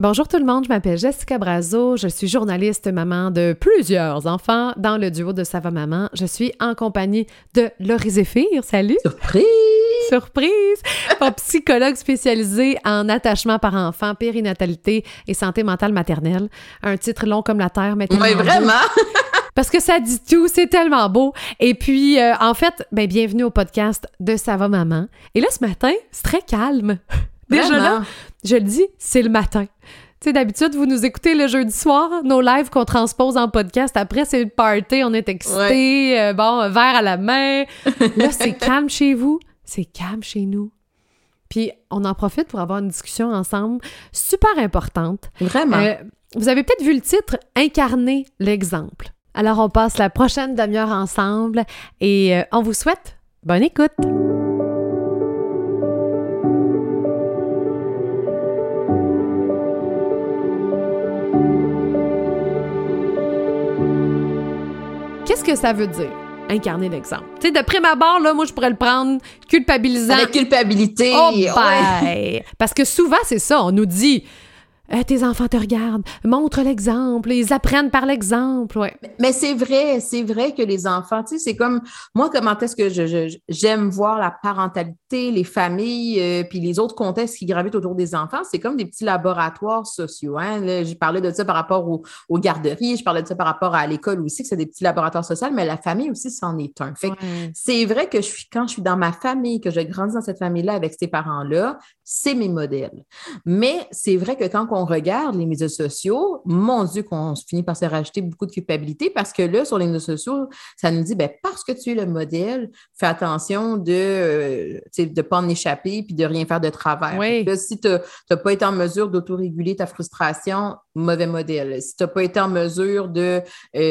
Bonjour tout le monde, je m'appelle Jessica Brazo, je suis journaliste maman de plusieurs enfants dans le duo de Ça va maman. Je suis en compagnie de Laurie Zéphir, salut! Surprise! Surprise! Mon psychologue spécialisé en attachement par enfant, périnatalité et santé mentale maternelle. Un titre long comme la terre, mais tellement Oui, vraiment! Parce que ça dit tout, c'est tellement beau. Et puis, en fait, bienvenue au podcast de Ça va maman. Et là, ce matin, c'est très calme. Déjà Vraiment? là, je le dis, c'est le matin. Tu sais, d'habitude, vous nous écoutez le jeudi soir, nos lives qu'on transpose en podcast. Après, c'est le party, on est excités, verre à la main. Là, c'est calme chez vous, c'est calme chez nous. Puis, on en profite pour avoir une discussion ensemble super importante. Vraiment. Vous avez peut-être vu le titre « Incarner l'exemple ». Alors, on passe la prochaine demi-heure ensemble et on vous souhaite bonne écoute! Qu'est-ce que ça veut dire, incarner l'exemple? Tu sais, de prime abord, là, moi, je pourrais le prendre culpabilisant. Avec culpabilité. Oh, ouais. Parce que souvent, c'est ça, on nous dit... tes enfants te regardent, montre l'exemple, ils apprennent par l'exemple, ouais. Mais c'est vrai que les enfants, tu sais, c'est comme, moi, comment est-ce que j'aime voir la parentalité, les familles, puis les autres contextes qui gravitent autour des enfants, c'est comme des petits laboratoires sociaux, hein. Là, j'ai parlé de ça par rapport aux garderies, je parlais de ça par rapport à l'école aussi, que c'est des petits laboratoires sociaux, mais la famille aussi, c'en est un. Fait que c'est vrai que quand je suis dans ma famille, que je grandis dans cette famille-là avec ces parents-là, c'est mes modèles. Mais c'est vrai que quand on regarde les médias sociaux, mon Dieu, qu'on finit par se rajouter beaucoup de culpabilité parce que là, sur les médias sociaux, ça nous dit, parce que tu es le modèle, fais attention de ne pas en échapper puis de rien faire de travers. Oui. Là, si tu n'as pas été en mesure d'autoréguler ta frustration, mauvais modèle. Si tu n'as pas été en mesure de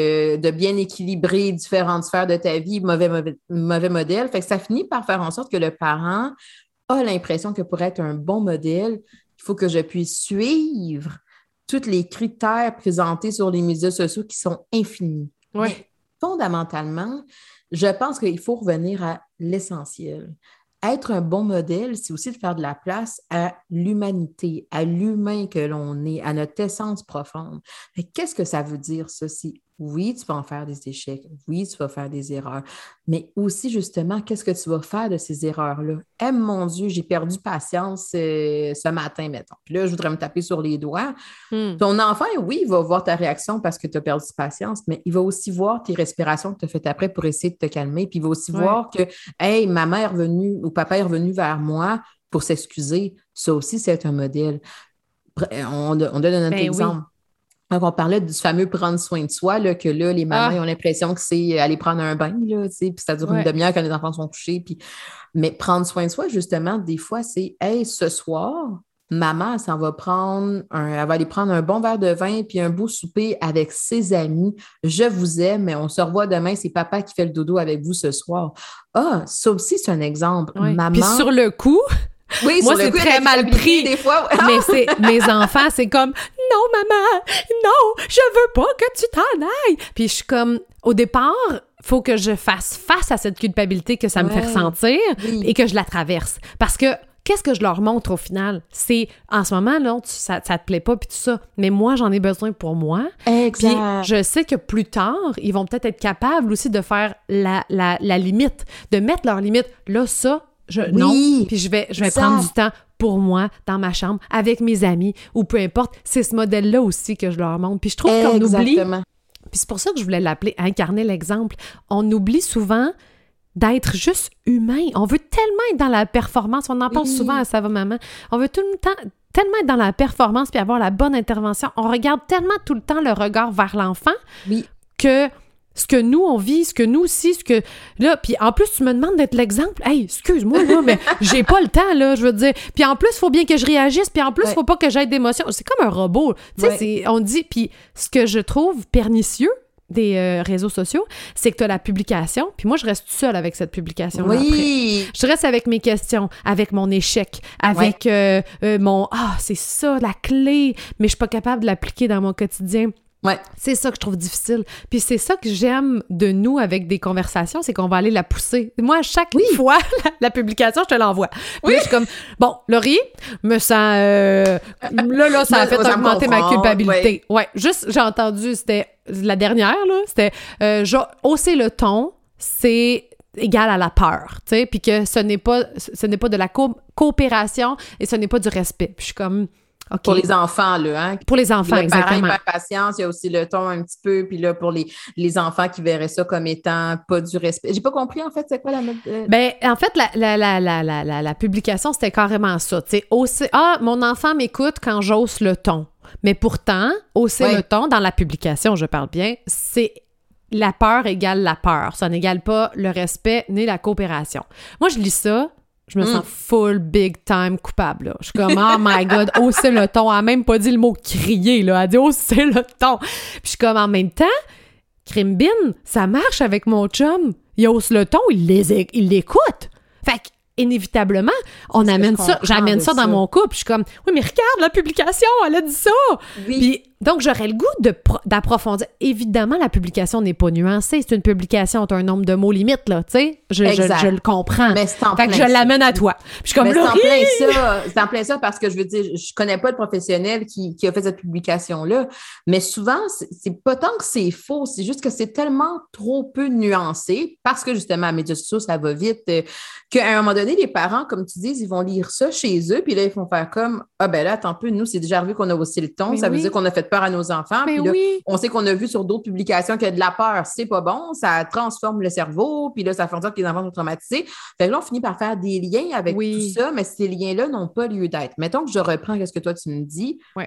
bien équilibrer différentes sphères de ta vie, mauvais modèle. Fait que ça finit par faire en sorte que le parent a l'impression que pour être un bon modèle, il faut que je puisse suivre tous les critères présentés sur les médias sociaux qui sont infinis. Oui. Mais fondamentalement, je pense qu'il faut revenir à l'essentiel. Être un bon modèle, c'est aussi de faire de la place à l'humanité, à l'humain que l'on est, à notre essence profonde. Mais qu'est-ce que ça veut dire, ça? Oui, tu vas en faire des échecs. Oui, tu vas faire des erreurs. Mais aussi, justement, qu'est-ce que tu vas faire de ces erreurs-là? Mon Dieu, j'ai perdu patience ce matin, mettons. Puis là, je voudrais me taper sur les doigts. Ton enfant, oui, il va voir ta réaction parce que tu as perdu patience, mais il va aussi voir tes respirations que tu as faites après pour essayer de te calmer. Puis il va aussi voir que, hey, ma mère est revenue ou papa est revenu vers moi pour s'excuser. Ça aussi, c'est un modèle. On donne un autre exemple. Oui. Donc, on parlait du fameux prendre soin de soi, là, que là, les mamans ils ont l'impression que c'est aller prendre un bain, là, puis ça dure une demi-heure quand les enfants sont couchés. Mais prendre soin de soi, justement, des fois, c'est « Hey, ce soir, maman, elle va aller prendre un bon verre de vin puis un beau souper avec ses amis. Je vous aime, mais on se revoit demain, c'est papa qui fait le dodo avec vous ce soir. » Ah, ça aussi, c'est un exemple. Ouais. Maman... Puis sur le coup... Oui, moi, c'est très mal pris. Des fois. Mais c'est mes enfants, c'est comme non, maman, non, je veux pas que tu t'en ailles. Puis je suis comme au départ, faut que je fasse face à cette culpabilité que ça me fait ressentir et que je la traverse. Parce que qu'est-ce que je leur montre au final? C'est en ce moment, là, ça te plaît pas puis tout ça. Mais moi, j'en ai besoin pour moi. Exact. Puis je sais que plus tard, ils vont peut-être être capables aussi de faire la limite, de mettre leur limite. Là, ça, non, puis je vais prendre du temps pour moi, dans ma chambre, avec mes amis, ou peu importe, c'est ce modèle-là aussi que je leur montre. Puis je trouve qu'on oublie, puis c'est pour ça que je voulais l'appeler « incarner l'exemple », on oublie souvent d'être juste humain. On veut tellement être dans la performance, on en parle souvent à Ça va maman, on veut tout le temps tellement être dans la performance puis avoir la bonne intervention, on regarde tellement tout le temps le regard vers l'enfant que... ce que nous, on vit, ce que nous aussi, ce que... Là, puis en plus, tu me demandes d'être l'exemple. Hey, excuse-moi, là, mais j'ai pas le temps, là, je veux dire. Puis en plus, il faut bien que je réagisse, puis en plus, il faut pas que j'aie d'émotion. C'est comme un robot. Tu sais, on dit... Puis ce que je trouve pernicieux des réseaux sociaux, c'est que tu as la publication, puis moi, je reste seule avec cette publication-là après. Je reste avec mes questions, avec mon échec, avec mon « Ah, c'est ça, la clé, mais je suis pas capable de l'appliquer dans mon quotidien ». Ouais. C'est ça que je trouve difficile. Puis c'est ça que j'aime de nous avec des conversations, c'est qu'on va aller la pousser. Moi, à chaque fois, la publication, je te l'envoie. Puis là, je suis comme, bon, Laurie, me sens... là, ça a fait augmenter ma culpabilité. Ouais, juste, j'ai entendu, c'était la dernière, là, c'était hausser le ton, c'est égal à la peur, tu sais, puis que ce n'est pas de la coopération et ce n'est pas du respect. Puis je suis comme... Okay. Pour les enfants, là, hein? Pour les enfants, exactement. Le parent patience, il y a aussi le ton un petit peu, puis là, pour les enfants qui verraient ça comme étant pas du respect. J'ai pas compris, en fait, c'est quoi la... Ben, en fait, la publication, c'était carrément ça, tu sais, mon enfant m'écoute quand j'hausse le ton. Mais pourtant, hausser le ton, dans la publication, je parle bien, c'est... La peur égale la peur. Ça n'égale pas le respect ni la coopération. Moi, je lis ça, je me sens full big time coupable, là. Je suis comme, oh my God, hausser le ton. Elle a même pas dit le mot crier, là. Elle a dit hausser le ton. Puis je suis comme, en même temps, Crimbin, ça marche avec mon chum. Il hausse le ton, il l'écoute. Fait que, inévitablement, j'amène ça dans mon couple. Je suis comme, oui, mais regarde la publication, elle a dit ça. Oui. Puis, donc, j'aurais le goût d'approfondir. Évidemment, la publication n'est pas nuancée. C'est une publication, tu as un nombre de mots limite, là, tu sais. Je le comprends. Mais c'est en fait que je l'amène à toi. Puis je suis comme, mais c'est en plein ça parce que je veux dire, je connais pas le professionnel qui a fait cette publication-là, mais souvent, c'est pas tant que c'est faux, c'est juste que c'est tellement trop peu nuancé parce que justement, à médias sociaux, ça va vite, qu'à un moment donné, les parents, comme tu dis, ils vont lire ça chez eux, puis là, ils vont faire comme, ah ben là, attends un peu, nous, c'est déjà arrivé qu'on a haussé le ton, ça veut dire qu'on a fait peur à nos enfants, puis là, on sait qu'on a vu sur d'autres publications que de la peur, c'est pas bon, ça transforme le cerveau, puis là, ça fait en sorte que les enfants sont traumatisés. Fait que là, on finit par faire des liens avec tout ça, mais ces liens-là n'ont pas lieu d'être. Mettons que je reprends ce que toi, tu me dis. Ouais.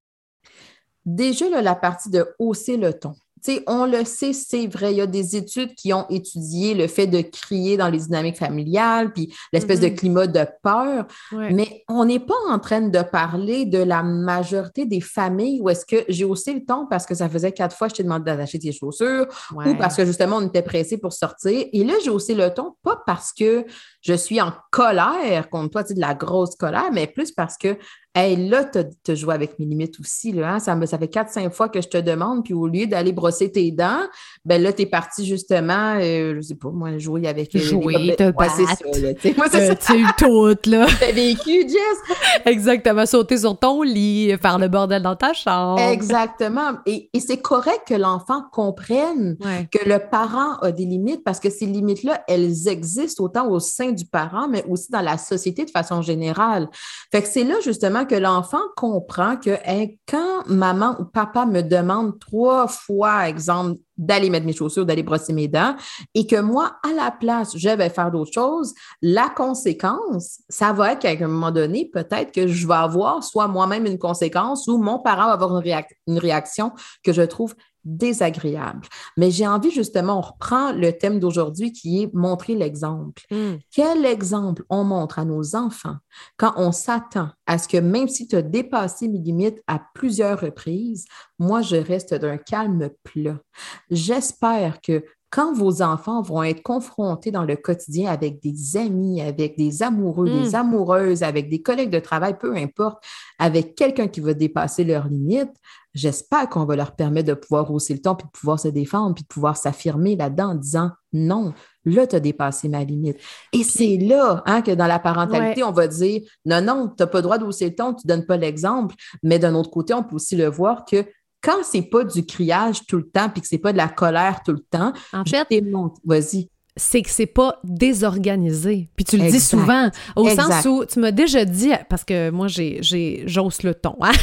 Déjà, là, la partie de hausser le ton. Tu sais, on le sait, c'est vrai, il y a des études qui ont étudié le fait de crier dans les dynamiques familiales, puis l'espèce de climat de peur, mais on n'est pas en train de parler de la majorité des familles où est-ce que j'ai haussé le ton parce que ça faisait 4 fois que je t'ai demandé d'acheter tes chaussures ou parce que justement, on était pressé pour sortir. Et là, j'ai haussé le ton, pas parce que je suis en colère contre toi, tu sais, de la grosse colère, mais plus parce que hey, là, t'as joué avec mes limites aussi, là, hein? Ça fait 4-5 fois que je te demande, puis au lieu d'aller brosser tes dents, ben là, t'es parti justement, je sais pas, moi, jouer avec... Jouer, te battre. C'est ça, là, moi, c'est ça. Tu tout, là. T'as vécu, Jess? Exactement, sauter sur ton lit, faire le bordel dans ta chambre. Exactement. Et c'est correct que l'enfant comprenne que le parent a des limites, parce que ces limites-là, elles existent autant au sein du parent, mais aussi dans la société de façon générale. Fait que c'est là, justement, que l'enfant comprend que quand maman ou papa me demande 3 fois, exemple, d'aller mettre mes chaussures, d'aller brosser mes dents, et que moi, à la place, je vais faire d'autres choses, la conséquence, ça va être qu'à un moment donné, peut-être que je vais avoir soit moi-même une conséquence ou mon parent va avoir une réaction que je trouve désagréable. Mais j'ai envie, justement, on reprend le thème d'aujourd'hui qui est montrer l'exemple. Quel exemple on montre à nos enfants quand on s'attend à ce que même si tu as dépassé mes limites à plusieurs reprises, moi, je reste d'un calme plat. J'espère que quand vos enfants vont être confrontés dans le quotidien avec des amis, avec des amoureux, des amoureuses, avec des collègues de travail, peu importe, avec quelqu'un qui va dépasser leurs limites, j'espère qu'on va leur permettre de pouvoir hausser le ton, puis de pouvoir se défendre, puis de pouvoir s'affirmer là-dedans en disant « Non, là, tu as dépassé ma limite. » Et c'est là que dans la parentalité, on va dire « Non, non, tu n'as pas le droit de hausser le ton, tu ne donnes pas l'exemple. » Mais d'un autre côté, on peut aussi le voir que quand c'est pas du criage tout le temps puis que c'est pas de la colère tout le temps, en fait, vas-y. C'est que c'est pas désorganisé. Puis tu le dis souvent, au sens où tu m'as déjà dit, parce que moi, j'hausse le ton. Hein?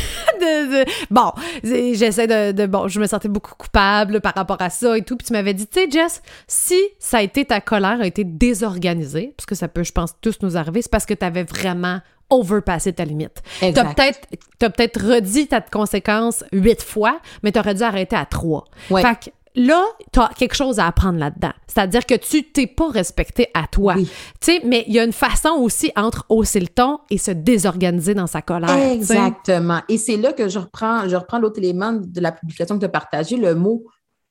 Bon, j'essaie bon, je me sentais beaucoup coupable par rapport à ça et tout. Puis tu m'avais dit, tu sais, Jess, si ça a été ta colère a été désorganisée, parce que ça peut, je pense, tous nous arriver, c'est parce que tu avais vraiment overpassé ta limite. T'as peut-être redit ta conséquence 8 fois, mais t'aurais dû arrêter à 3. Ouais. Fait que là, t'as quelque chose à apprendre là-dedans. C'est-à-dire que tu t'es pas respecté à toi. Tu sais, mais il y a une façon aussi entre hausser le ton et se désorganiser dans sa colère. Exactement. T'sais. Et c'est là que je reprends l'autre élément de la publication que tu as partagé, le mot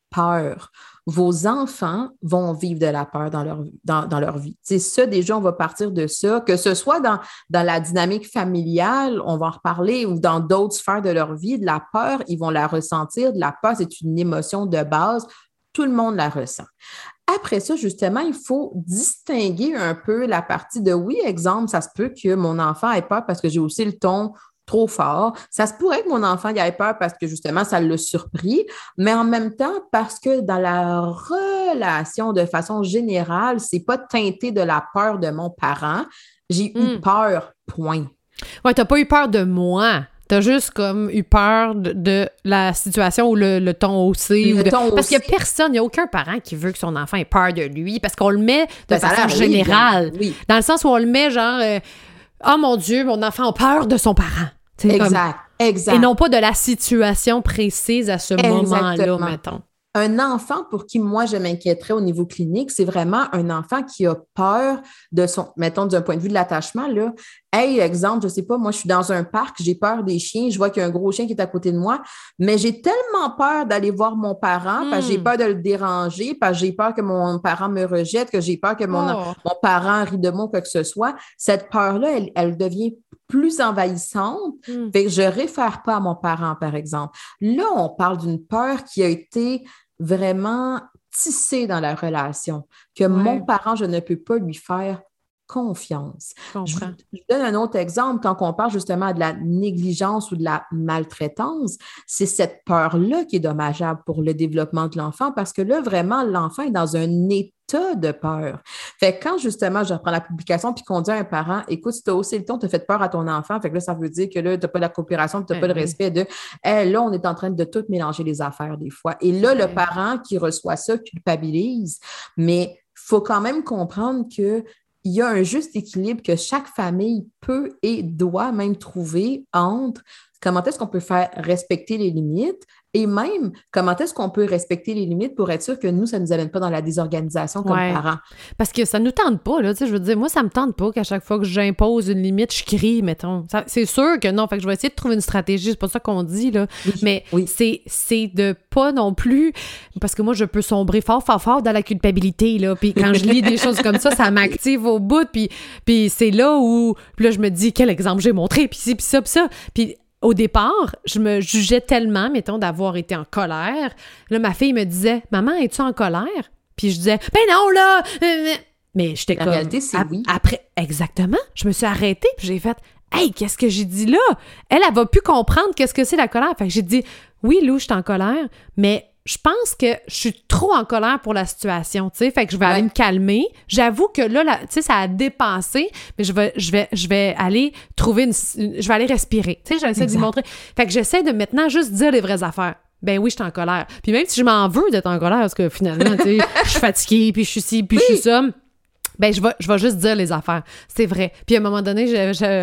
peur, vos enfants vont vivre de la peur dans leur vie. C'est ça, déjà, on va partir de ça, que ce soit dans la dynamique familiale, on va en reparler, ou dans d'autres sphères de leur vie, de la peur, ils vont la ressentir. De la peur, c'est une émotion de base. Tout le monde la ressent. Après ça, justement, il faut distinguer un peu la partie de, oui, exemple, ça se peut que mon enfant ait peur parce que j'ai aussi le ton trop fort. Ça se pourrait que mon enfant y ait peur parce que, justement, ça l'a surpris, mais en même temps, parce que dans la relation, de façon générale, c'est pas teinté de la peur de mon parent. J'ai eu peur, point. Ouais, t'as pas eu peur de moi. T'as juste comme eu peur de la situation où le ton haussé. Parce qu'il n'y a personne, il n'y a aucun parent qui veut que son enfant ait peur de lui, parce qu'on le met de façon générale. Oui. Dans le sens où on le met genre, oh mon Dieu, mon enfant a peur de son parent. Exact. Et non pas de la situation précise à ce moment-là, mettons. Un enfant pour qui, moi, je m'inquiéterais au niveau clinique, c'est vraiment un enfant qui a peur de son, mettons, d'un point de vue de l'attachement, là. Hey, exemple, je sais pas, moi, je suis dans un parc, j'ai peur des chiens, je vois qu'il y a un gros chien qui est à côté de moi, mais j'ai tellement peur d'aller voir mon parent, parce que j'ai peur de le déranger, parce que j'ai peur que mon parent me rejette, que j'ai peur que mon parent rit de moi ou quoi que ce soit. Cette peur-là, elle devient plus envahissante, fait que je réfère pas à mon parent, par exemple. Là, on parle d'une peur qui a été vraiment tissée dans la relation, que mon parent, je ne peux pas lui faire confiance. Je donne un autre exemple, quand on parle justement de la négligence ou de la maltraitance, c'est cette peur-là qui est dommageable pour le développement de l'enfant, parce que là, vraiment, l'enfant est dans un état de peur. Fait que quand justement je reprends la publication puis qu'on dit à un parent, écoute, si tu as haussé le ton, tu as fait peur à ton enfant, fait que là, ça veut dire que là, tu n'as pas la coopération, tu n'as pas le respect de là, on est en train de tout mélanger les affaires des fois. Et là, le parent qui reçoit ça culpabilise, mais il faut quand même comprendre que il y a un juste équilibre que chaque famille peut et doit même trouver entre comment est-ce qu'on peut faire respecter les limites et même comment est-ce qu'on peut respecter les limites pour être sûr que nous, ça ne nous amène pas dans la désorganisation comme parents. Parce que ça ne nous tente pas, là, tu sais, je veux dire, moi, ça me tente pas qu'à chaque fois que j'impose une limite, je crie, mettons. C'est sûr que non, fait que je vais essayer de trouver une stratégie, c'est pas ça qu'on dit, là, mais c'est de pas non plus, parce que moi, je peux sombrer fort dans la culpabilité, là, puis quand je lis des choses comme ça m'active au bout, puis c'est là où, puis là, je me dis, quel exemple j'ai montré, puis ci, puis ça, puis ça, puis au départ, je me jugeais tellement, mettons, d'avoir été en colère. Là, ma fille me disait, « Maman, es-tu en colère? » Puis je disais, « Ben non, là! » Mais j'étais comme... La réalité, c'est oui. Après, exactement, je me suis arrêtée, puis j'ai fait, « Hey, qu'est-ce que j'ai dit là? » Elle va plus comprendre qu'est-ce que c'est la colère. Fait que j'ai dit, « Oui, Lou, je suis en colère, mais... » Je pense que je suis trop en colère pour la situation, tu sais, fait que je vais aller me calmer. J'avoue que là, tu sais, ça a dépassé, mais je vais aller trouver je vais aller respirer, tu sais, j'essaie de lui montrer. Fait que j'essaie de maintenant juste dire les vraies affaires. Ben oui, je suis en colère. Puis même si je m'en veux d'être en colère, parce que finalement, tu sais, je suis fatiguée, puis je suis ci, puis je suis ça... Ben, je vais juste dire les affaires. C'est vrai. Puis à un moment donné,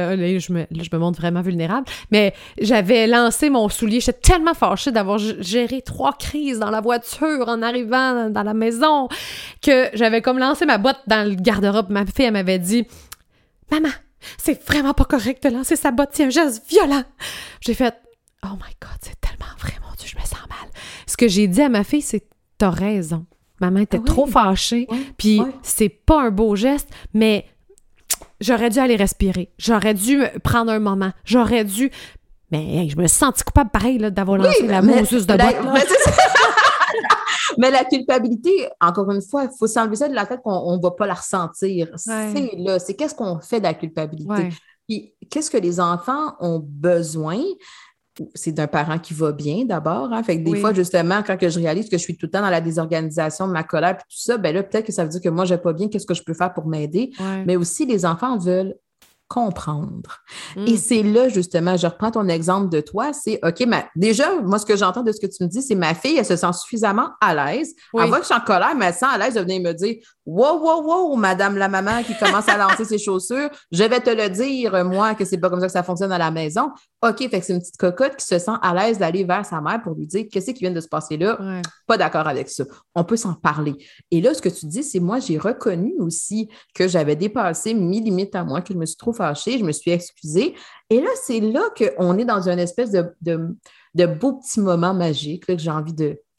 je me montre vraiment vulnérable, mais j'avais lancé mon soulier. J'étais tellement fâchée d'avoir géré 3 crises dans la voiture en arrivant dans la maison que j'avais comme lancé ma boîte dans le garde-robe. Ma fille, elle m'avait dit « Maman, c'est vraiment pas correct de lancer sa boîte, c'est un geste violent. » J'ai fait « Oh my God, c'est tellement vrai, mon Dieu, je me sens mal. » Ce que j'ai dit à ma fille, c'est « T'as raison. » Maman était trop fâchée, puis c'est pas un beau geste, mais j'aurais dû aller respirer. J'aurais dû prendre un moment. J'aurais dû... Mais hey, je me suis sentie coupable pareil là, d'avoir lancé la mousseuse de botte. Mais la culpabilité, encore une fois, il faut s'enlever ça de la tête qu'on ne va pas la ressentir. C'est là, c'est qu'est-ce qu'on fait de la culpabilité. Puis qu'est-ce que les enfants ont besoin? C'est d'un parent qui va bien d'abord. Hein? Fait que des fois, justement, quand que je réalise que je suis tout le temps dans la désorganisation de ma colère et tout ça, ben là, peut-être que ça veut dire que moi, je ne vais pas bien, qu'est-ce que je peux faire pour m'aider? Mais aussi, les enfants veulent comprendre. Et c'est là, justement, je reprends ton exemple de toi, c'est, OK, déjà, moi, ce que j'entends de ce que tu me dis, c'est ma fille, elle se sent suffisamment à l'aise. Elle voit que je suis en colère, mais elle se sent à l'aise de venir me dire, wow, wow, wow, madame la maman qui commence à lancer ses chaussures, je vais te le dire, moi, que c'est pas comme ça que ça fonctionne à la maison. OK, fait que c'est une petite cocotte qui se sent à l'aise d'aller vers sa mère pour lui dire, qu'est-ce qui vient de se passer là? Pas d'accord avec ça. On peut s'en parler. Et là, ce que tu dis, c'est moi, j'ai reconnu aussi que j'avais dépassé mes limites à moi, que je me suis trop fâchée, je me suis excusée. Et là, c'est là qu'on est dans une espèce de beau petit moment magique là, que j'ai envie de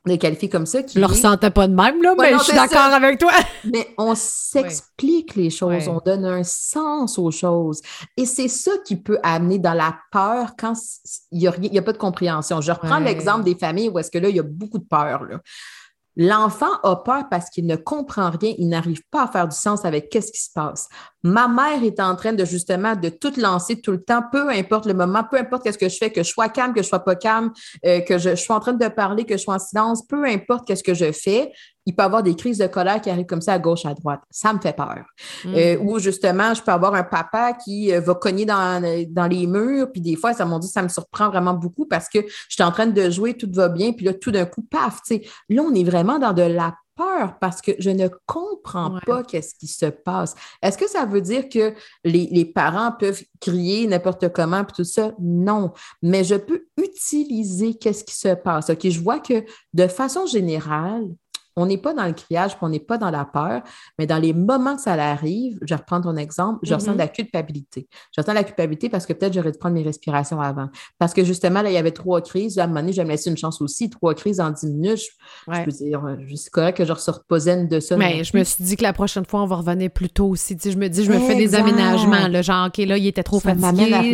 les qualifier comme ça. Je le ressentais pas de même, là, mais je suis d'accord avec toi. Mais on s'explique les choses, on donne un sens aux choses. Et c'est ça qui peut amener dans la peur quand il y a pas de compréhension. Je reprends l'exemple des familles où est-ce que là, il y a beaucoup de peur, là. L'enfant a peur parce qu'il ne comprend rien, il n'arrive pas à faire du sens avec qu'est-ce qui se passe. Ma mère est en train de justement de tout lancer tout le temps, peu importe le moment, peu importe qu'est-ce que je fais, que je sois calme, que je sois pas calme, que je sois en train de parler, que je sois en silence, peu importe qu'est-ce que je fais, il peut y avoir des crises de colère qui arrivent comme ça à gauche, à droite. Ça me fait peur. Ou justement, je peux avoir un papa qui va cogner dans les murs, puis des fois, ça me surprend vraiment beaucoup parce que je suis en train de jouer, tout va bien, puis là, tout d'un coup, paf, tu sais, là, on est vraiment dans de la peur parce que je ne comprends pas qu'est-ce qui se passe. Est-ce que ça veut dire que les parents peuvent crier n'importe comment puis tout ça? Non, mais je peux utiliser qu'est-ce qui se passe. OK, je vois que de façon générale, on n'est pas dans le criage, puis on n'est pas dans la peur, mais dans les moments que ça arrive, je reprends ton exemple, je ressens de la culpabilité. Je ressens de la culpabilité parce que peut-être j'aurais dû prendre mes respirations avant. Parce que justement, là, il y avait 3 crises. À un moment donné, je vais me laisser une chance aussi. 3 crises en 10 minutes. Je peux dire, c'est correct que je ressorte pas zen de ça. Mais je me suis dit que la prochaine fois, on va revenir plus tôt aussi. Tu sais, je me dis, je me fais des aménagements. Là, genre, OK, là, il était trop fatigué.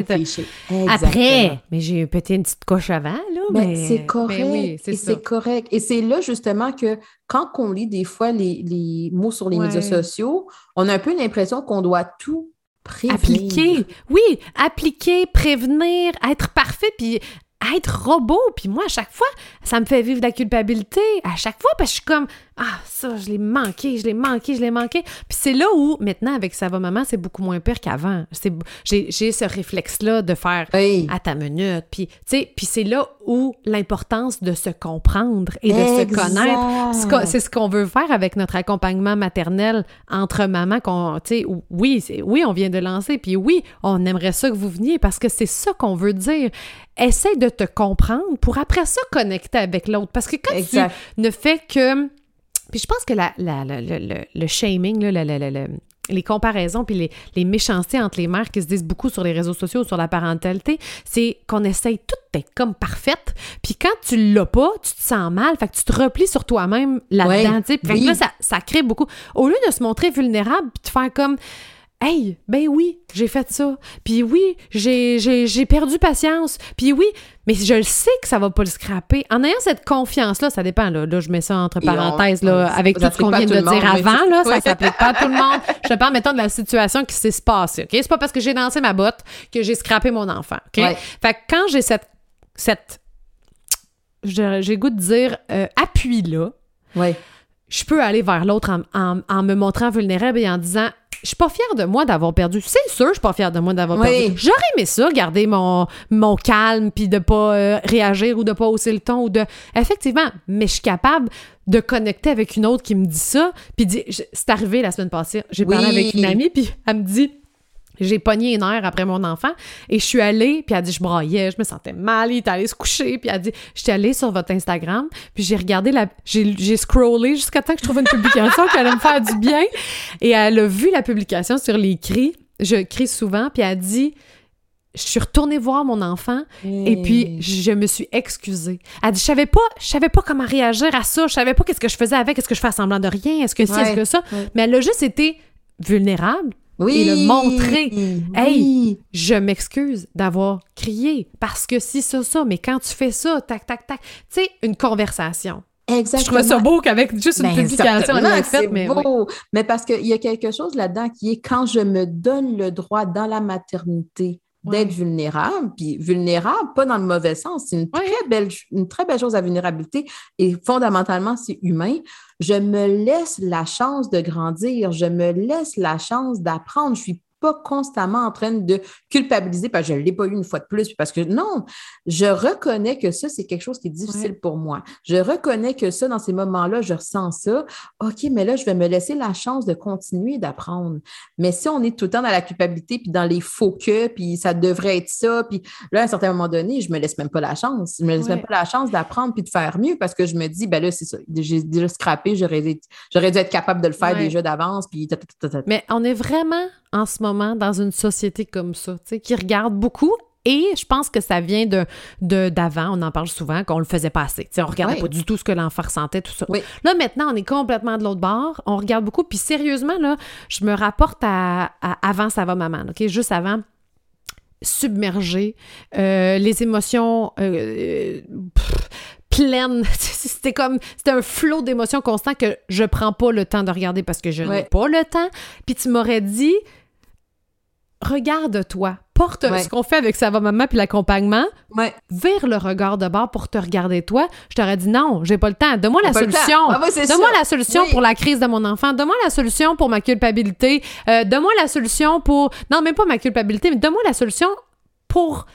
Après, mais j'ai pété une petite coche avant. Là, mais c'est correct. Mais oui, c'est correct. Et c'est là, justement, que quand on lit des fois les mots sur les médias sociaux, on a un peu l'impression qu'on doit tout prévenir. Appliquer. Oui, appliquer, prévenir, être parfait, puis être robot. Puis moi, à chaque fois, ça me fait vivre de la culpabilité. À chaque fois, parce que je suis comme, ça, je l'ai manqué. Puis c'est là où, maintenant, avec Ça va maman, c'est beaucoup moins pire qu'avant. J'ai ce réflexe-là de faire à ta minute. Puis, tu sais, c'est là où l'importance de se comprendre et de se connaître. C'est ce qu'on veut faire avec notre accompagnement maternel entre mamans. Tu sais, oui, on vient de lancer. Puis oui, on aimerait ça que vous veniez parce que c'est ça qu'on veut dire. Essaye de te comprendre pour après ça connecter avec l'autre. Parce que quand tu ne fais que... Puis je pense que le shaming, les comparaisons puis les méchancetés entre les mères qui se disent beaucoup sur les réseaux sociaux, sur la parentalité, c'est qu'on essaye tout d'être comme parfaite. Puis quand tu l'as pas, tu te sens mal. Fait que tu te replies sur toi-même là-dedans. Fait que là, ça crée beaucoup. Au lieu de se montrer vulnérable puis de faire comme... Hey, ben oui, j'ai fait ça. Puis oui, j'ai perdu patience. Puis oui, mais je le sais que ça va pas le scraper. En ayant cette confiance-là, ça dépend, là je mets ça entre parenthèses, là, avec tout ce qu'on vient de dire avant, là, ça s'applique pas à tout le monde. Je te parle, mettons, de la situation qui s'est passée, OK? C'est pas parce que j'ai dansé ma botte que j'ai scrappé mon enfant, OK? Fait que quand j'ai j'ai goût de dire appui-là, je peux aller vers l'autre en me montrant vulnérable et en disant... Je suis pas fière de moi d'avoir perdu. C'est sûr, je suis pas fière de moi d'avoir perdu. J'aurais aimé ça, garder mon calme, puis de pas réagir ou de pas hausser le ton ou de... Effectivement, mais je suis capable de connecter avec une autre qui me dit ça. Puis c'est arrivé la semaine passée. J'ai parlé avec une amie, puis elle me dit... J'ai pogné une heure après mon enfant et je suis allée, puis elle a dit, je braillais, je me sentais mal, il est allé se coucher, puis elle a dit, je suis allée sur votre Instagram, puis j'ai regardé j'ai scrollé jusqu'à temps que je trouve une publication qui allait me faire du bien, et elle a vu la publication sur les cris, je crie souvent, puis elle a dit, je suis retournée voir mon enfant et puis je me suis excusée. Elle dit, je savais pas comment réagir à ça, je savais pas qu'est-ce que je faisais avec, est-ce que je fais semblant de rien, est-ce que ci, est-ce que ça, mais elle a juste été vulnérable, et le montrer. Hey, je m'excuse d'avoir crié parce que si ça, mais quand tu fais ça, tac, tac, tac, tu sais, une conversation. Exactement. Je trouvais ça beau qu'avec juste une publication, on l'a faite, mais beau. Mais parce qu'il y a quelque chose là-dedans qui est quand je me donne le droit dans la maternité d'être vulnérable, puis vulnérable, pas dans le mauvais sens, c'est une très belle chose, la vulnérabilité, et fondamentalement, c'est humain. Je me laisse la chance de grandir, je me laisse la chance d'apprendre, je suis pas constamment en train de culpabiliser parce que je ne l'ai pas eu une fois de plus, parce que non, je reconnais que ça, c'est quelque chose qui est difficile pour moi. Je reconnais que ça, dans ces moments-là, je ressens ça. OK, mais là, je vais me laisser la chance de continuer d'apprendre. Mais si on est tout le temps dans la culpabilité, puis dans les faux que, puis ça devrait être ça, puis là, à un certain moment donné, je me laisse même pas la chance. Je me laisse même pas la chance d'apprendre puis de faire mieux parce que je me dis, ben là, c'est ça. J'ai déjà scrappé, j'aurais dû être capable de le faire déjà d'avance, puis Mais on est vraiment en ce moment dans une société comme ça, tu sais, qui regarde beaucoup Et je pense que ça vient d'avant, on en parle souvent, qu'on le faisait pas assez. T'sais, on regardait pas du tout ce que l'enfant ressentait, tout ça. Oui. Là, maintenant, on est complètement de l'autre bord. On regarde beaucoup. Puis sérieusement, là, je me rapporte à avant ça va maman, OK? Juste avant, submerger, les émotions pleines. C'était un flot d'émotions constant que je prends pas le temps de regarder parce que je n'ai pas le temps. Puis tu m'aurais dit, regarde-toi. Porte ce qu'on fait avec Ça va maman puis l'accompagnement, vire le regard de bord pour te regarder toi. Je t'aurais dit non, j'ai pas le temps. Donne-moi la solution. Donne-moi la solution pour la crise de mon enfant. Donne-moi la solution pour ma culpabilité. Donne-moi la solution pour... Non, même pas ma culpabilité, mais donne-moi la solution pour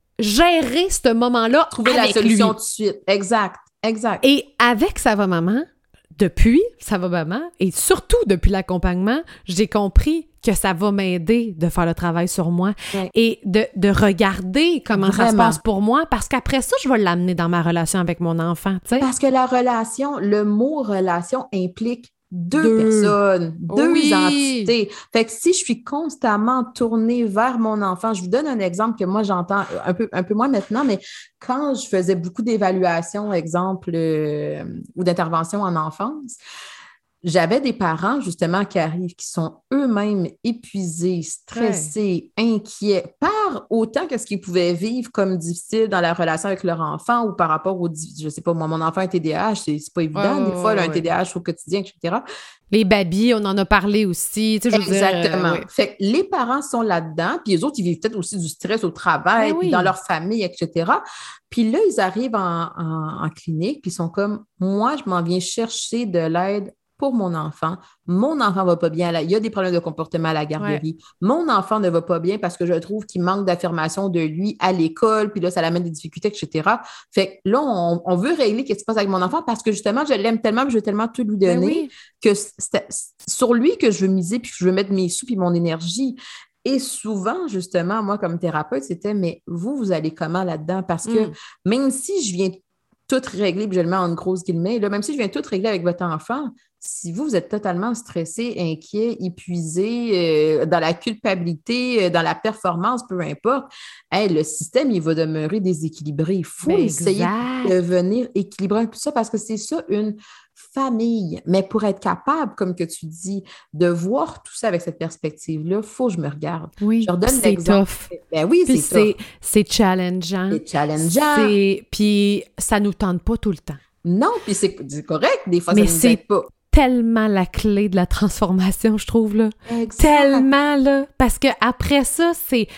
gérer ce moment-là. Trouver la solution tout de suite. Exact. Et avec Ça va maman, depuis Ça va maman, et surtout depuis l'accompagnement, j'ai compris que ça va m'aider de faire le travail sur moi et de regarder comment ça se passe pour moi, parce qu'après ça, je vais l'amener dans ma relation avec mon enfant, tu sais. Parce que la relation, le mot relation implique deux personnes, deux entités. Fait que si je suis constamment tournée vers mon enfant, je vous donne un exemple que moi j'entends un peu moins maintenant, mais quand je faisais beaucoup d'évaluations, exemple, ou d'interventions en enfance, j'avais des parents, justement, qui arrivent, qui sont eux-mêmes épuisés, stressés, inquiets, par autant que ce qu'ils pouvaient vivre comme difficile dans la relation avec leur enfant ou par rapport au... Je sais pas, moi, mon enfant a un TDAH, c'est pas évident, des fois, il a un TDAH au quotidien, etc. Les babys, on en a parlé aussi. Tu sais, exactement. Fait que les parents sont là-dedans, puis les autres, ils vivent peut-être aussi du stress au travail, puis dans leur famille, etc. Puis là, ils arrivent en clinique, puis ils sont comme, moi, je m'en viens chercher de l'aide pour mon enfant va pas bien, il y a des problèmes de comportement à la garderie. Mon enfant ne va pas bien parce que je trouve qu'il manque d'affirmation de lui à l'école, puis là, ça l'amène des difficultés, etc. Fait que là, on veut régler ce qui se passe avec mon enfant parce que justement, je l'aime tellement, je veux tellement tout lui donner que c'est sur lui que je veux miser, puis que je veux mettre mes sous puis mon énergie. Et souvent, justement, moi, comme thérapeute, c'était, mais vous allez comment là-dedans? Parce que même si je viens tout régler, puis je le mets en grosses guillemets, là, même si je viens tout régler avec votre enfant, si vous êtes totalement stressé, inquiet, épuisé, dans la culpabilité, dans la performance, peu importe, le système, il va demeurer déséquilibré. Il faut essayer de venir équilibrer tout ça parce que c'est ça, une famille. Mais pour être capable, comme que tu dis, de voir tout ça avec cette perspective-là, il faut que je me regarde. Oui, je redonne c'est tough. Ben oui, c'est tough. C'est challengeant. C'est challengeant. Puis ça nous tente pas tout le temps. Non, puis c'est correct. Des fois, ça nous aide pas. Tellement la clé de la transformation, je trouve, là. Exact. Tellement, là. Parce que après ça,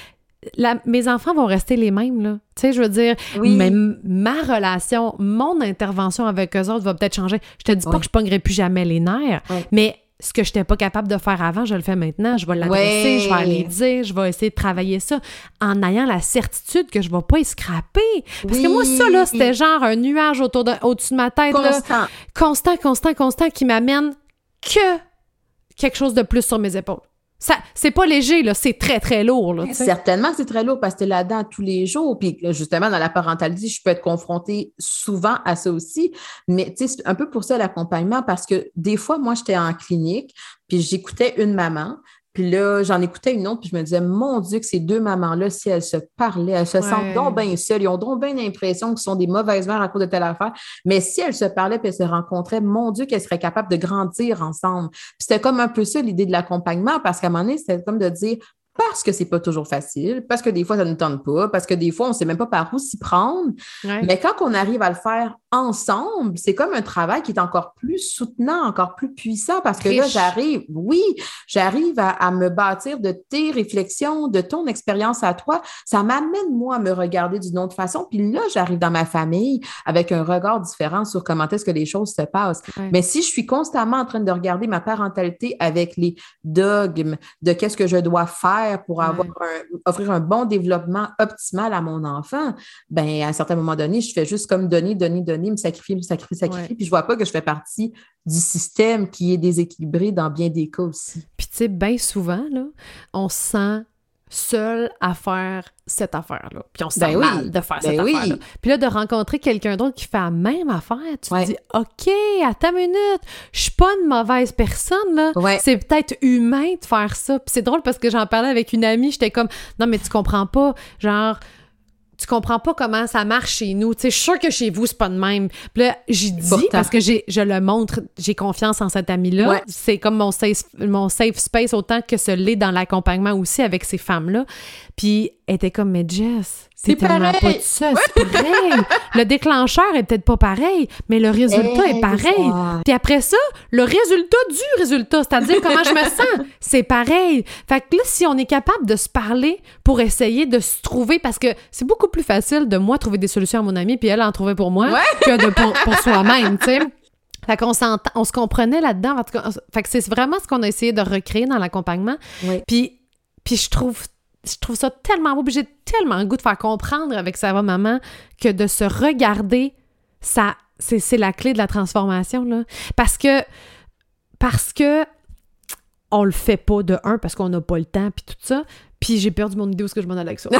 mes enfants vont rester les mêmes, là. Tu sais, je veux dire, mais ma relation, mon intervention avec eux autres va peut-être changer. Je te dis pas que je pognerai plus jamais les nerfs, mais ce que je n'étais pas capable de faire avant, je le fais maintenant. Je vais l'adresser, je vais aller dire, je vais essayer de travailler ça en ayant la certitude que je ne vais pas y scraper. Parce que moi, ça, là, c'était genre un nuage au-dessus de ma tête. Constant, qui m'amène que quelque chose de plus sur mes épaules. Ça, c'est pas léger, là, c'est très, très lourd. Là, certainement que c'est très lourd parce que tu es là-dedans tous les jours. Puis justement, dans la parentalité, je peux être confrontée souvent à ça aussi. Mais tu sais, c'est un peu pour ça l'accompagnement parce que des fois, moi, j'étais en clinique puis j'écoutais une maman. Puis là, j'en écoutais une autre, puis je me disais, mon Dieu, que ces deux mamans-là, si elles se parlaient, elles se sentent donc bien seules, ils ont donc bien l'impression qu'ils sont des mauvaises mères à cause de telle affaire. Mais si elles se parlaient puis elles se rencontraient, mon Dieu, qu'elles seraient capables de grandir ensemble. Puis c'était comme un peu ça l'idée de l'accompagnement, parce qu'à un moment donné, c'était comme de dire, parce que c'est pas toujours facile, parce que des fois, ça ne nous tente pas, parce que des fois, on ne sait même pas par où s'y prendre. Mais quand on arrive à le faire ensemble, c'est comme un travail qui est encore plus soutenant, encore plus puissant, parce que là, j'arrive à me bâtir de tes réflexions, de ton expérience à toi. Ça m'amène, moi, à me regarder d'une autre façon. Puis là, j'arrive dans ma famille avec un regard différent sur comment est-ce que les choses se passent. Mais si je suis constamment en train de regarder ma parentalité avec les dogmes de qu'est-ce que je dois faire pour offrir un bon développement optimal à mon enfant, ben à un certain moment donné, je fais juste comme donner, me sacrifier, puis je vois pas que je fais partie du système qui est déséquilibré dans bien des cas aussi. Puis tu sais, bien souvent, là, on se sent seul à faire cette affaire-là. Puis on se sent mal de faire cette affaire-là. Puis là, de rencontrer quelqu'un d'autre qui fait la même affaire, tu te dis, OK, attends une minute, je suis pas une mauvaise personne, là. C'est peut-être humain de faire ça. Puis c'est drôle parce que j'en parlais avec une amie, j'étais comme, non, mais tu comprends pas, genre, tu comprends pas comment ça marche chez nous. Tu sais, je suis sûre que chez vous, c'est pas de même. Puis là, j'ai dit, parce que je le montre, j'ai confiance en cet ami-là. Ouais. C'est comme mon safe space autant que ce l'est dans l'accompagnement aussi avec ces femmes-là. Puis elle était comme, mais Jess, c'est tellement pas de ça, c'est pareil. Le déclencheur est peut-être pas pareil, mais le résultat est pareil. Puis après ça, le résultat du résultat, c'est-à-dire comment je me sens, c'est pareil. Fait que là, si on est capable de se parler pour essayer de se trouver, parce que c'est beaucoup plus facile de moi trouver des solutions à mon amie puis elle en trouver pour moi que de pour soi-même, tu sais. Fait qu'on on se comprenait là-dedans. En tout cas, fait que c'est vraiment ce qu'on a essayé de recréer dans l'accompagnement. Oui. Puis je trouve ça tellement beau, puis j'ai tellement le goût de faire comprendre avec sa maman que de se regarder, ça, c'est la clé de la transformation, là. Parce que on le fait pas de un, parce qu'on n'a pas le temps, puis tout ça. Puis j'ai perdu mon idée où est-ce que je m'en allais avec ça.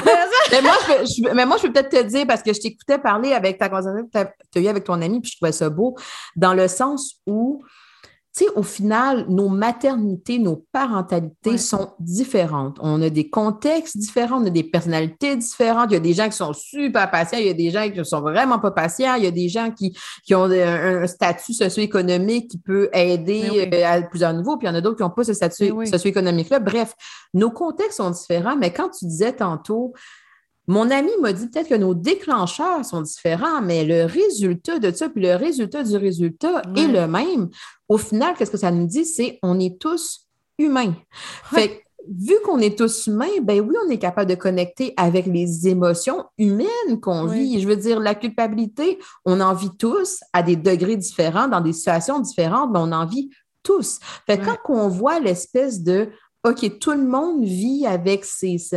mais moi, je peux peut-être te dire, parce que je t'écoutais parler avec ta conversation que tu as eu avec ton ami, puis je trouvais ça beau, dans le sens où, tu sais, au final, nos maternités, nos parentalités sont différentes. On a des contextes différents, on a des personnalités différentes. Il y a des gens qui sont super patients, il y a des gens qui ne sont vraiment pas patients, il y a des gens qui ont un statut socio-économique qui peut aider à plusieurs niveaux, puis il y en a d'autres qui n'ont pas ce statut socio-économique-là. Bref, nos contextes sont différents, mais quand tu disais tantôt, mon ami m'a dit peut-être que nos déclencheurs sont différents, mais le résultat de ça, puis le résultat du résultat est le même. Au final, qu'est-ce que ça nous dit? C'est on est tous humains. Fait que, vu qu'on est tous humains, ben oui, on est capable de connecter avec les émotions humaines qu'on vit. Je veux dire, la culpabilité, on en vit tous à des degrés différents, dans des situations différentes, mais on en vit tous. Fait que quand on voit l'espèce de OK, tout le monde vit avec ce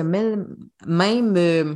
même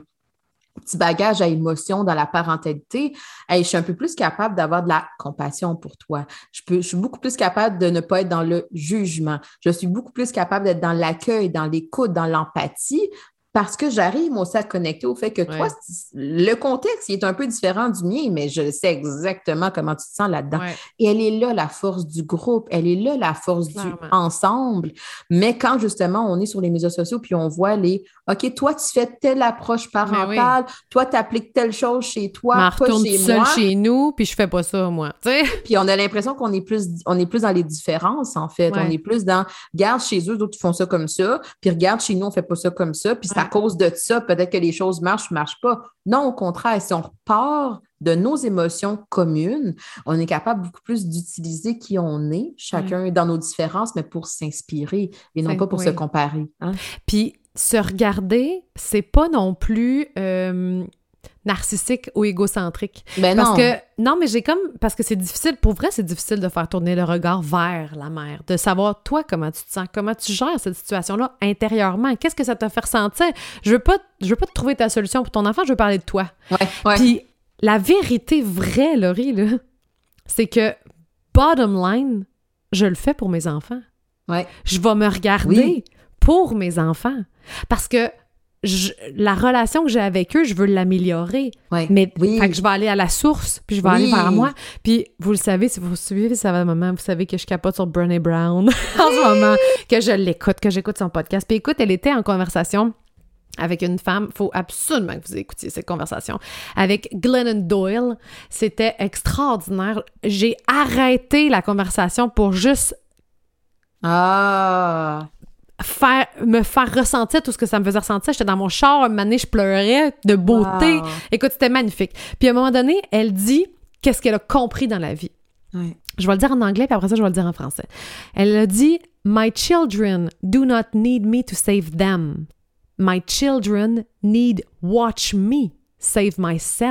petit bagage à émotions dans la parentalité. Hey, je suis un peu plus capable d'avoir de la compassion pour toi. Je suis beaucoup plus capable de ne pas être dans le jugement. Je suis beaucoup plus capable d'être dans l'accueil, dans l'écoute, dans l'empathie, parce que j'arrive aussi à connecter au fait que toi, le contexte, il est un peu différent du mien, mais je sais exactement comment tu te sens là-dedans. Ouais. Et elle est là, la force du groupe, elle est là, la force du ensemble. Mais quand, justement, on est sur les médias sociaux puis on voit OK, toi, tu fais telle approche parentale, toi, tu appliques telle chose chez toi, pas chez moi. Je seule chez nous, puis je fais pas ça, moi. T'sais? Puis on a l'impression qu'on est plus dans les différences, en fait. Ouais. On est plus dans, regarde chez eux, d'autres font ça comme ça, puis regarde chez nous, on fait pas ça comme ça, puis à cause de ça, peut-être que les choses marchent ou ne marchent pas. Non, au contraire, si on repart de nos émotions communes, on est capable beaucoup plus d'utiliser qui on est, chacun dans nos différences, mais pour s'inspirer et non pas pour se comparer. Hein? Puis, se regarder, c'est pas non plus narcissique ou égocentrique. Ben non. Parce que c'est difficile, pour vrai, c'est difficile de faire tourner le regard vers la mère, de savoir, toi, comment tu te sens, comment tu gères cette situation-là intérieurement, qu'est-ce que ça t'a fait ressentir? Je veux pas te trouver ta solution pour ton enfant, je veux parler de toi. Ouais. Puis, la vérité vraie, Laurie, là, c'est que, bottom line, je le fais pour mes enfants. Ouais. Je vais me regarder pour mes enfants. Parce que la relation que j'ai avec eux, je veux l'améliorer. Ouais. Mais fait que je vais aller à la source, puis je vais aller vers moi. Puis vous le savez, si vous suivez ça va maman, vous savez que je capote sur Brené Brown en ce moment, que je l'écoute, que j'écoute son podcast. Puis écoute, elle était en conversation avec une femme, il faut absolument que vous écoutiez cette conversation, avec Glennon Doyle. C'était extraordinaire. J'ai arrêté la conversation pour juste me faire ressentir tout ce que ça me faisait ressentir. J'étais dans mon char, un moment donné, je pleurais de beauté. Wow. Écoute, c'était magnifique. Puis à un moment donné, elle dit qu'est-ce qu'elle a compris dans la vie. Oui. Je vais le dire en anglais, puis après ça, je vais le dire en français. Elle a dit « My children do not need me to save them. My children need watch me save myself. »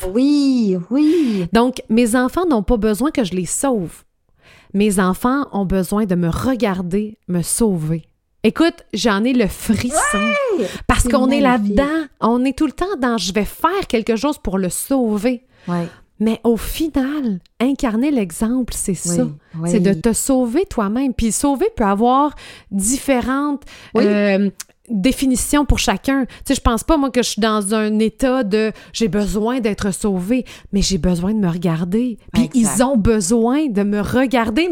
Oui. Donc, mes enfants n'ont pas besoin que je les sauve. Mes enfants ont besoin de me regarder, me sauver. Écoute, j'en ai le frisson parce qu'on est là-dedans. On est tout le temps dans « je vais faire quelque chose pour le sauver ». Mais au final, incarner l'exemple, c'est ça. C'est de te sauver toi-même. Puis sauver peut avoir différentes définition pour chacun. Tu sais, je pense pas, moi, que je suis dans un état de « j'ai besoin d'être sauvée », mais j'ai besoin de me regarder. Puis ils ont besoin de me regarder,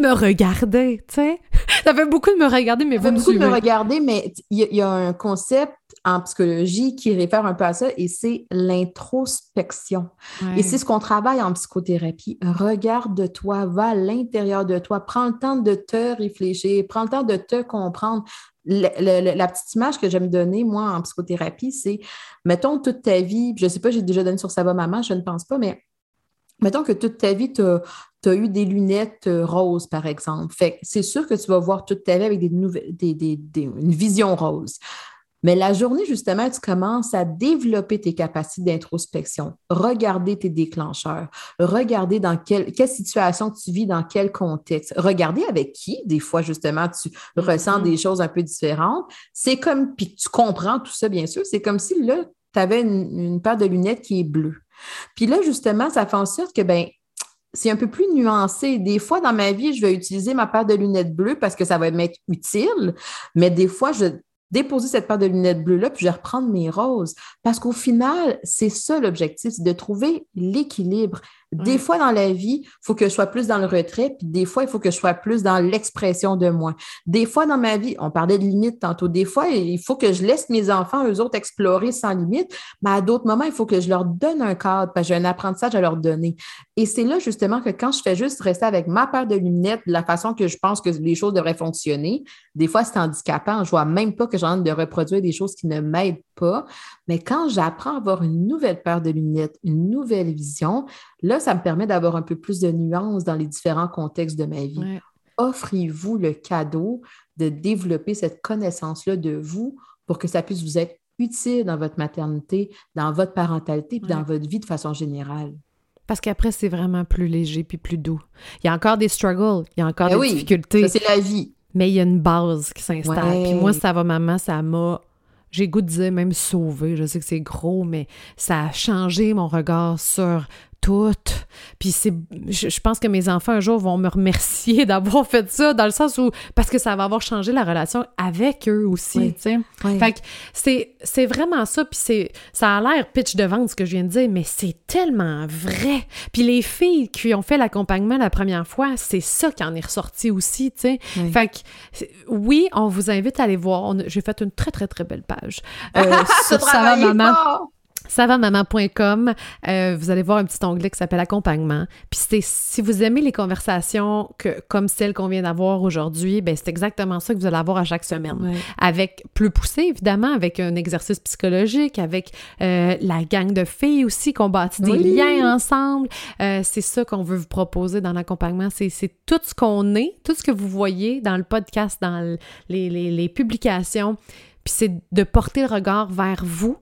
tu sais. Ça fait beaucoup de me regarder, mais vous me suivez. Beaucoup de me regarder, mais il y a un concept en psychologie qui réfère un peu à ça, et c'est l'introspection. Ouais. Et c'est ce qu'on travaille en psychothérapie. Regarde-toi, va à l'intérieur de toi, prends le temps de te réfléchir, prends le temps de te comprendre. La petite image que j'aime donner, moi, en psychothérapie, c'est, mettons, toute ta vie, je ne sais pas, j'ai déjà donné sur Ça va, maman, je ne pense pas, mais mettons que toute ta vie, tu as eu des lunettes roses, par exemple. Fait que c'est sûr que tu vas voir toute ta vie avec une vision rose. Mais la journée, justement, tu commences à développer tes capacités d'introspection, regarder tes déclencheurs, regarder dans quelle situation tu vis, dans quel contexte, regarder avec qui, des fois, justement, tu ressens des choses un peu différentes. C'est comme, puis tu comprends tout ça, bien sûr, c'est comme si, là, tu avais une paire de lunettes qui est bleue. Puis là, justement, ça fait en sorte que, c'est un peu plus nuancé. Des fois, dans ma vie, je vais utiliser ma paire de lunettes bleues parce que ça va m'être utile, mais des fois, je déposer cette paire de lunettes bleues-là, puis je vais reprendre mes roses. Parce qu'au final, c'est ça l'objectif, c'est de trouver l'équilibre. Des fois, dans la vie, il faut que je sois plus dans le retrait, puis des fois, il faut que je sois plus dans l'expression de moi. Des fois, dans ma vie, on parlait de limites tantôt, des fois, il faut que je laisse mes enfants, eux autres, explorer sans limite, mais à d'autres moments, il faut que je leur donne un cadre, parce que j'ai un apprentissage à leur donner. Et c'est là, justement, que quand je fais juste rester avec ma paire de lunettes, de la façon que je pense que les choses devraient fonctionner, des fois, c'est handicapant. Je vois même pas que j'ai envie de reproduire des choses qui ne m'aident pas. Mais quand j'apprends à avoir une nouvelle paire de lunettes, une nouvelle vision, là, ça me permet d'avoir un peu plus de nuances dans les différents contextes de ma vie. Ouais. Offrez-vous le cadeau de développer cette connaissance-là de vous pour que ça puisse vous être utile dans votre maternité, dans votre parentalité, puis dans votre vie de façon générale. Parce qu'après, c'est vraiment plus léger puis plus doux. Il y a encore des struggles, il y a encore des difficultés. Ça, c'est la vie. Mais il y a une base qui s'installe. Puis moi, Ça va, maman, ça m'a... J'ai goût de dire même sauvé. Je sais que c'est gros, mais ça a changé mon regard sur tout. Puis je pense que mes enfants, un jour, vont me remercier d'avoir fait ça, dans le sens où... Parce que ça va avoir changé la relation avec eux aussi, tu sais. Fait que c'est vraiment ça. Puis ça a l'air pitch de vente, ce que je viens de dire, mais c'est tellement vrai. Puis les filles qui ont fait l'accompagnement la première fois, c'est ça qui en est ressorti aussi, tu sais. Fait que, oui, on vous invite à aller voir. J'ai fait une très, très, très belle page sur Ça va, maman. savamaman.com, vous allez voir un petit onglet qui s'appelle Accompagnement. Puis si vous aimez les conversations comme celles qu'on vient d'avoir aujourd'hui, ben c'est exactement ça que vous allez avoir à chaque semaine. Ouais. Avec plus poussé, évidemment, avec un exercice psychologique, avec la gang de filles aussi, qu'on bâtit des liens ensemble. C'est ça qu'on veut vous proposer dans l'accompagnement. C'est tout ce qu'on est, tout ce que vous voyez dans le podcast, dans les publications. Puis c'est de porter le regard vers vous,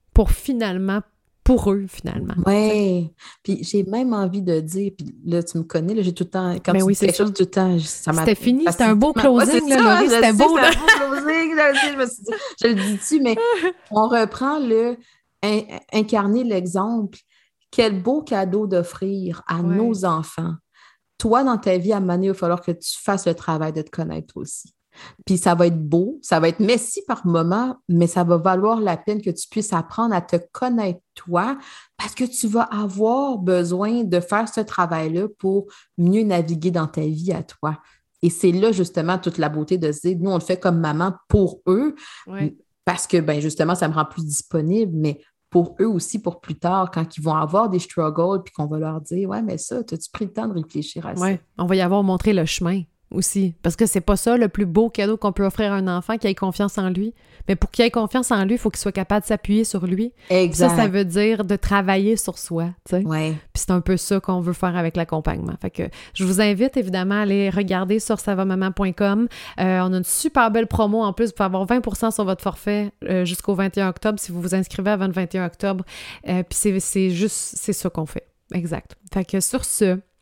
pour eux, finalement. Oui. Puis j'ai même envie de dire, puis là, tu me connais, là, j'ai tout le temps, quand tu dis quelque chose, tout le temps, ça m'a... C'était fini, c'était un beau closing, là, Laurie, c'était beau, là. C'était un beau closing, là, je me suis dit, je le dis-tu, mais on reprend incarner l'exemple. Quel beau cadeau d'offrir à nos enfants. Toi, dans ta vie, à un moment donné, il va falloir que tu fasses le travail de te connaître aussi. Puis ça va être beau, ça va être messy par moments, mais ça va valoir la peine que tu puisses apprendre à te connaître toi, parce que tu vas avoir besoin de faire ce travail-là pour mieux naviguer dans ta vie à toi. Et c'est là, justement, toute la beauté de se dire, nous, on le fait comme maman pour eux, parce que, justement, ça me rend plus disponible, mais pour eux aussi, pour plus tard, quand ils vont avoir des struggles, puis qu'on va leur dire, ouais, mais ça, as-tu pris le temps de réfléchir à ça? Oui, on va y avoir montré le chemin aussi, parce que c'est pas ça le plus beau cadeau qu'on peut offrir à un enfant, qui ait confiance en lui. Mais pour qu'il ait confiance en lui, il faut qu'il soit capable de s'appuyer sur lui. Exact. Ça veut dire de travailler sur soi, tu sais. Ouais. Puis c'est un peu ça qu'on veut faire avec l'accompagnement. Fait que je vous invite évidemment à aller regarder sur savamaman.com. On a une super belle promo en plus. Vous pouvez avoir 20% sur votre forfait jusqu'au 21 octobre si vous vous inscrivez avant le 21 octobre. Puis c'est ça qu'on fait. Exact. Fait que sur ce,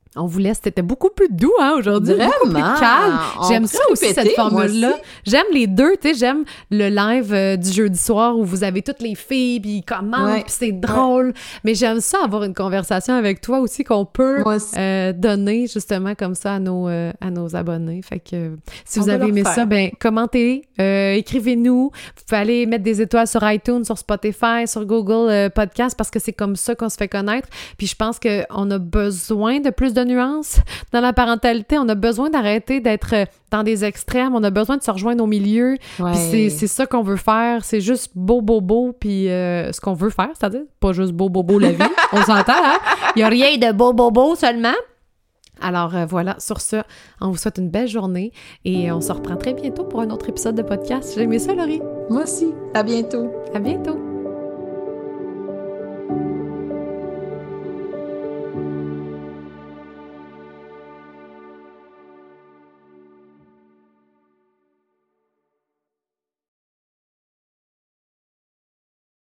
On vous laisse. C'était beaucoup plus doux, hein, aujourd'hui. Vraiment. Beaucoup plus calme. J'aime ça aussi, cette formule-là. J'aime les deux, tu sais. J'aime le live du jeudi soir où vous avez toutes les filles, puis ils commentent, puis c'est drôle. Mais j'aime ça, avoir une conversation avec toi aussi qu'on peut donner, justement, comme ça à nos abonnés. Fait que si vous avez aimé ça, ben commentez, écrivez-nous. Vous pouvez aller mettre des étoiles sur iTunes, sur Spotify, sur Google Podcast, parce que c'est comme ça qu'on se fait connaître. Puis je pense qu'on a besoin de plus de nuances dans la parentalité. On a besoin d'arrêter d'être dans des extrêmes. On a besoin de se rejoindre au milieu. Puis c'est ça qu'on veut faire. C'est juste beau, puis ce qu'on veut faire, c'est-à-dire pas juste beau, la vie. On s'entend, hein? Il n'y a rien de beau seulement. Alors voilà, sur ce, on vous souhaite une belle journée et on se reprend très bientôt pour un autre épisode de podcast. J'ai aimé ça, Laurie. Moi aussi. À bientôt. À bientôt.